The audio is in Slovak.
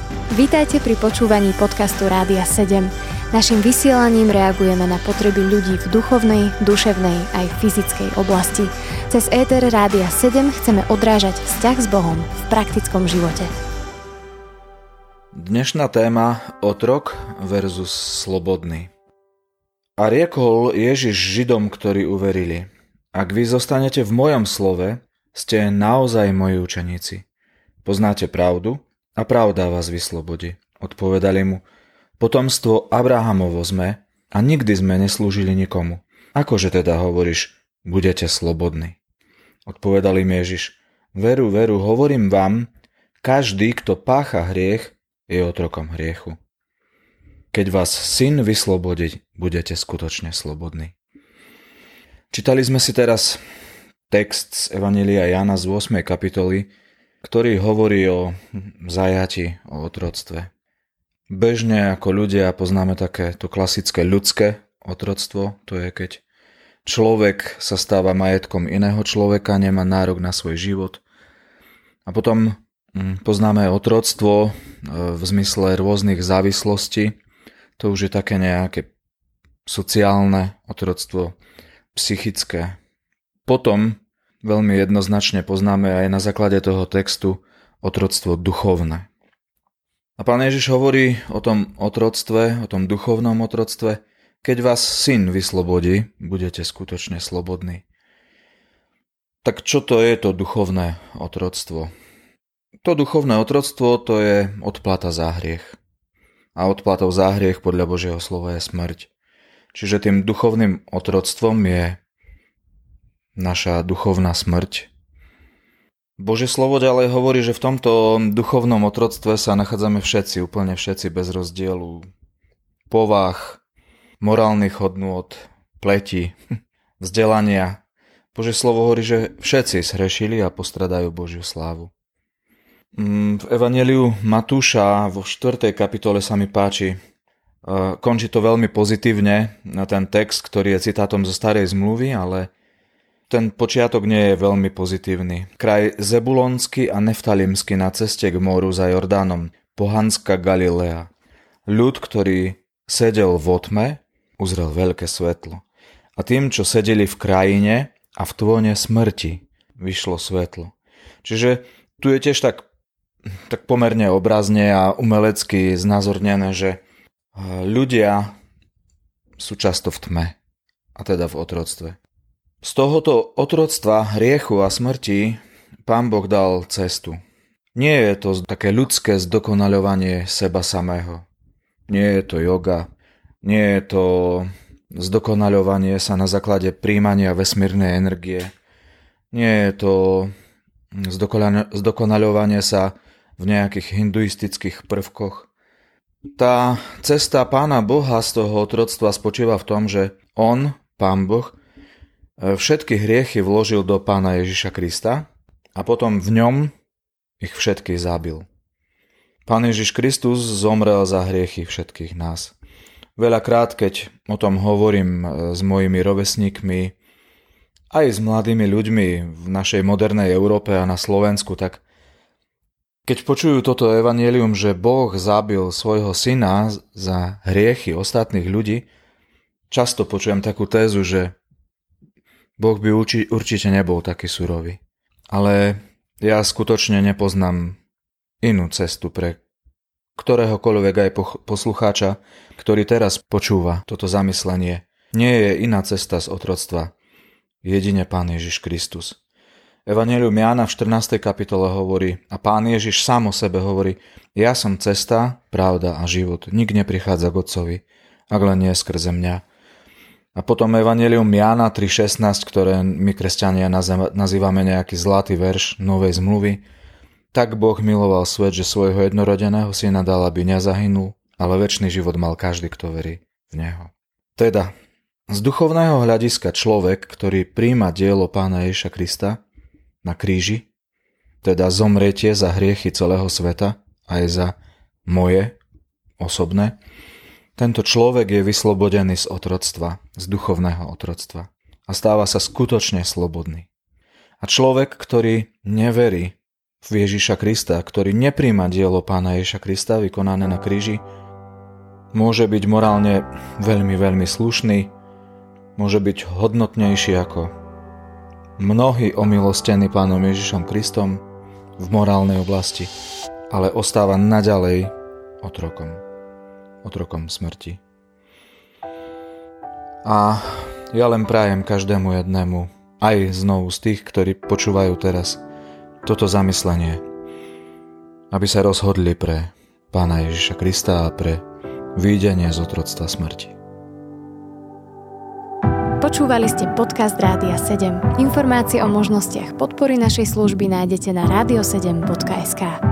Vítajte pri počúvaní podcastu Rádia 7. Naším vysielaním reagujeme na potreby ľudí v duchovnej, duševnej aj fyzickej oblasti. Cez éter Rádia 7 chceme odrážať vzťah s Bohom v praktickom živote. Dnešná téma otrok versus slobodný. A riekol Ježiš Židom, ktorí uverili: Ak vy zostanete v mojom slove, ste naozaj moji učeníci. Poznáte pravdu a pravda vás vyslobodí. Odpovedali mu: Potomstvo Abrahamovo sme a nikdy sme neslúžili nikomu. Akože teda hovoríš, budete slobodní? Odpovedal im Ježiš: Veru, hovorím vám, každý, kto pácha hriech, je otrokom hriechu. Keď vás syn vyslobodí, budete skutočne slobodní. Čítali sme si teraz text z Evanjelia Jána z 8. kapitoly, ktorý hovorí o zajati, o otroctve. Bežne ako ľudia poznáme také to klasické ľudské otroctvo, to je keď človek sa stáva majetkom iného človeka, nemá nárok na svoj život. A potom poznáme otroctvo v zmysle rôznych závislostí, to už je také nejaké sociálne otroctvo, psychické. Potom veľmi jednoznačne poznáme aj na základe toho textu otroctvo duchovné. A Pán Ježiš hovorí o tom otroctve, o tom duchovnom otroctve: keď vás syn vyslobodí, budete skutočne slobodní. Tak čo to je to duchovné otroctvo? To duchovné otroctvo, to je odplata za hriech. A odplatou za hriech podľa Božieho slova je smrť. Čiže tým duchovným otroctvom je naša duchovná smrť. Božie slovo ďalej hovorí, že v tomto duchovnom otroctve sa nachádzame všetci, úplne všetci, bez rozdielu povah, morálnych hodnôt, pleti, vzdelania. Božie slovo hovorí, že všetci zhrešili a postradajú Božiu slávu. V Evanjeliu Matúša vo 4. kapitole sa mi páči. Končí to veľmi pozitívne na ten text, ktorý je citátom zo Starej zmluvy, ale ten počiatok nie je veľmi pozitívny. Kraj Zebulonský a Neftalimský na ceste k moru za Jordánom, pohanská Galilea. Ľud, ktorý sedel v otme, uzrel veľké svetlo. A tým, čo sedeli v krajine a v tvone smrti, vyšlo svetlo. Čiže tu je tiež tak pomerne obrazne a umelecky znázornené, že ľudia sú často v tme, a teda v otroctve. Z tohoto otroctva, hriechu a smrti Pán Boh dal cestu. Nie je to také ľudské zdokonaľovanie seba samého. Nie je to yoga. Nie je to zdokonaľovanie sa na základe príjmania vesmírnej energie. Nie je to zdokonaľovanie sa v nejakých hinduistických prvkoch. Tá cesta Pána Boha z toho otroctva spočíva v tom, že on, Pán Boh, všetky hriechy vložil do Pána Ježiša Krista a potom v ňom ich všetkých zabil. Pán Ježiš Kristus zomrel za hriechy všetkých nás. Veľakrát, keď o tom hovorím s mojimi rovesníkmi, aj s mladými ľuďmi v našej modernej Európe a na Slovensku, tak keď počujú toto evanjelium, že Boh zabil svojho syna za hriechy ostatných ľudí, často počujem takú tézu, že Boh by určite nebol taký surový. Ale ja skutočne nepoznám inú cestu pre ktoréhokoľvek aj poslucháča, ktorý teraz počúva toto zamyslenie. Nie je iná cesta z otroctva. Jedine Pán Ježiš Kristus. Evanjelium Jána v 14. kapitole hovorí, a Pán Ježiš sám o sebe hovorí: Ja som cesta, pravda a život. Nik neprichádza k Otcovi, ak len nie skrze mňa. A potom Evanjelium Jána 3.16, ktoré my kresťania nazývame nejaký zlatý verš novej zmluvy. Tak Boh miloval svet, že svojho jednorodeného syna dal, aby nezahynul, ale večný život mal každý, kto verí v neho. Teda, z duchovného hľadiska človek, ktorý prijíma dielo Pána Ježiša Krista na kríži, teda zomretie za hriechy celého sveta, aj za moje osobné, tento človek je vyslobodený z otroctva, z duchovného otroctva a stáva sa skutočne slobodný. A človek, ktorý neverí v Ježiša Krista, ktorý nepríjma dielo Pána Ježiša Krista vykonané na kríži, môže byť morálne veľmi, veľmi slušný, môže byť hodnotnejší ako mnohí omilostení Pánom Ježišom Kristom v morálnej oblasti, ale ostáva naďalej otrokom smrti. A ja len prajem každému jednému, aj znovu z tých, ktorí počúvajú teraz toto zamyslenie, aby sa rozhodli pre Pána Ježiša Krista a pre výjdenie z otroctva smrti. Počúvali ste podcast Rádia 7. Informácie o možnostiach podpory našej služby nájdete na radio7.sk.